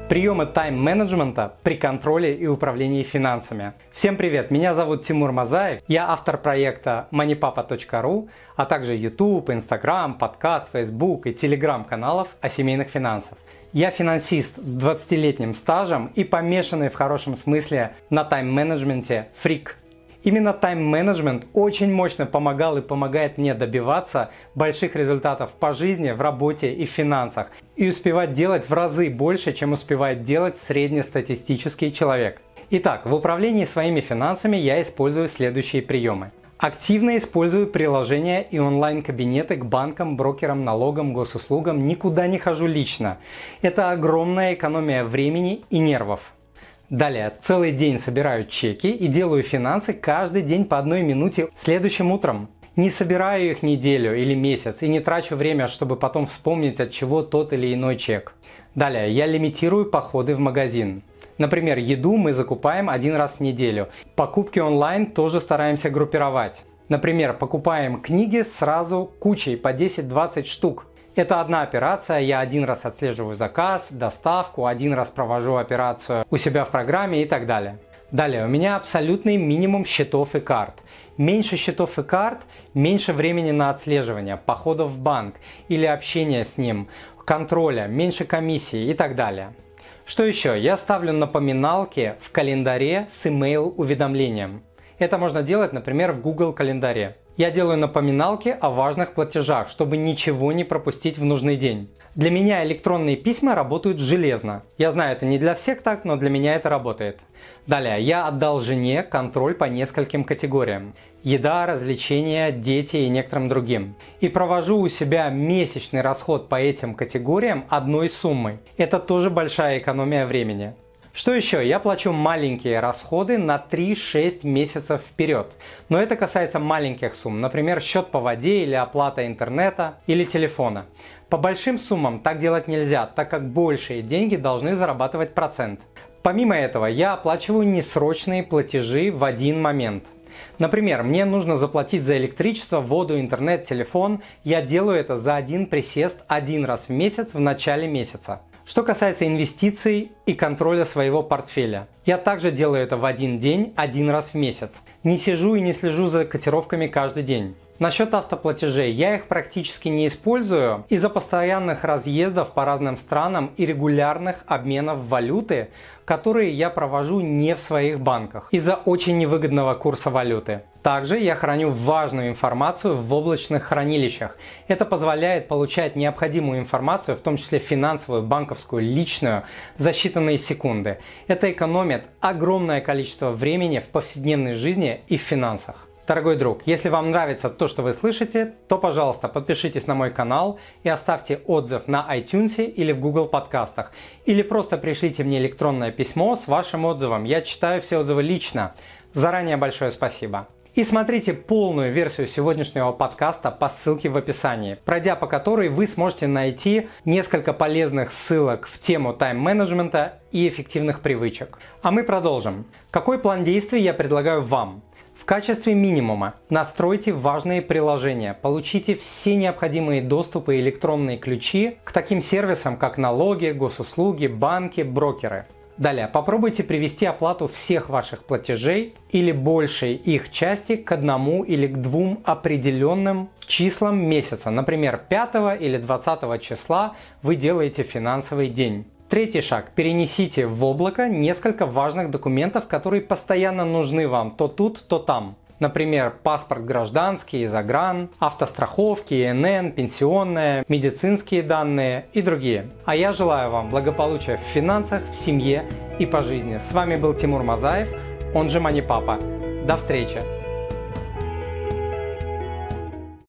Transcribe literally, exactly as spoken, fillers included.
Приемы тайм-менеджмента при контроле и управлении финансами. Всем привет, меня зовут Тимур Мазаев, я автор проекта манипапа точка ру, а также YouTube, Instagram, подкаст, Facebook и Telegram каналов о семейных финансах. Я финансист с двадцатилетним стажем и помешанный в хорошем смысле на тайм-менеджменте фрик. Именно тайм-менеджмент очень мощно помогал и помогает мне добиваться больших результатов по жизни, в работе и в финансах. И успевать делать в разы больше, чем успевает делать среднестатистический человек. Итак, в управлении своими финансами я использую следующие приемы. Активно использую приложения и онлайн-кабинеты к банкам, брокерам, налогам, госуслугам. Никуда не хожу лично. Это огромная экономия времени и нервов. Далее, целый день собираю чеки и делаю финансы каждый день по одной минуте следующим утром. Не собираю их неделю или месяц и не трачу время, чтобы потом вспомнить, от чего тот или иной чек. Далее, я лимитирую походы в магазин. Например, еду мы закупаем один раз в неделю. Покупки онлайн тоже стараемся группировать. Например, покупаем книги сразу кучей по десять-двадцать штук. Это одна операция, я один раз отслеживаю заказ, доставку, один раз провожу операцию у себя в программе и так далее. Далее, у меня абсолютный минимум счетов и карт. Меньше счетов и карт, меньше времени на отслеживание, походов в банк или общения с ним, контроля, меньше комиссии и так далее. Что еще? Я ставлю напоминалки в календаре с email-уведомлением. Это можно делать, например, в Google календаре. Я делаю напоминалки о важных платежах, чтобы ничего не пропустить в нужный день. Для меня электронные письма работают железно. Я знаю, это не для всех так, но для меня это работает. Далее, я отдал жене контроль по нескольким категориям. Еда, развлечения, дети и некоторым другим. И провожу у себя месячный расход по этим категориям одной суммой. Это тоже большая экономия времени. Что еще? Я плачу маленькие расходы на три-шесть месяцев вперед. Но это касается маленьких сумм, например, счет по воде или оплата интернета или телефона. По большим суммам так делать нельзя, так как большие деньги должны зарабатывать процент. Помимо этого, я оплачиваю несрочные платежи в один момент. Например, мне нужно заплатить за электричество, воду, интернет, телефон. Я делаю это за один присест один раз в месяц в начале месяца. Что касается инвестиций и контроля своего портфеля, я также делаю это в один день, один раз в месяц. Не сижу и не слежу за котировками каждый день. Насчет автоплатежей, я их практически не использую из-за постоянных разъездов по разным странам и регулярных обменов валюты, которые я провожу не в своих банках из-за очень невыгодного курса валюты. Также я храню важную информацию в облачных хранилищах. Это позволяет получать необходимую информацию, в том числе финансовую, банковскую, личную, за считанные секунды. Это экономит огромное количество времени в повседневной жизни и в финансах. Дорогой друг, если вам нравится то, что вы слышите, то, пожалуйста, подпишитесь на мой канал и оставьте отзыв на iTunes или в Google подкастах. Или просто пришлите мне электронное письмо с вашим отзывом. Я читаю все отзывы лично. Заранее большое спасибо. И смотрите полную версию сегодняшнего подкаста по ссылке в описании, пройдя по которой вы сможете найти несколько полезных ссылок в тему тайм-менеджмента и эффективных привычек. А мы продолжим. Какой план действий я предлагаю вам? В качестве минимума настройте важные приложения, получите все необходимые доступы и электронные ключи к таким сервисам, как налоги, госуслуги, банки, брокеры. Далее, попробуйте привести оплату всех ваших платежей или большей их части к одному или к двум определенным числам месяца. Например, пятого или двадцатого числа вы делаете финансовый день. Третий шаг. Перенесите в облако несколько важных документов, которые постоянно нужны вам то тут, то там. Например, паспорт гражданский, загран, автостраховки, эн эн, пенсионные, медицинские данные и другие. А я желаю вам благополучия в финансах, в семье и по жизни. С вами был Тимур Мазаев, он же манипапа. До встречи!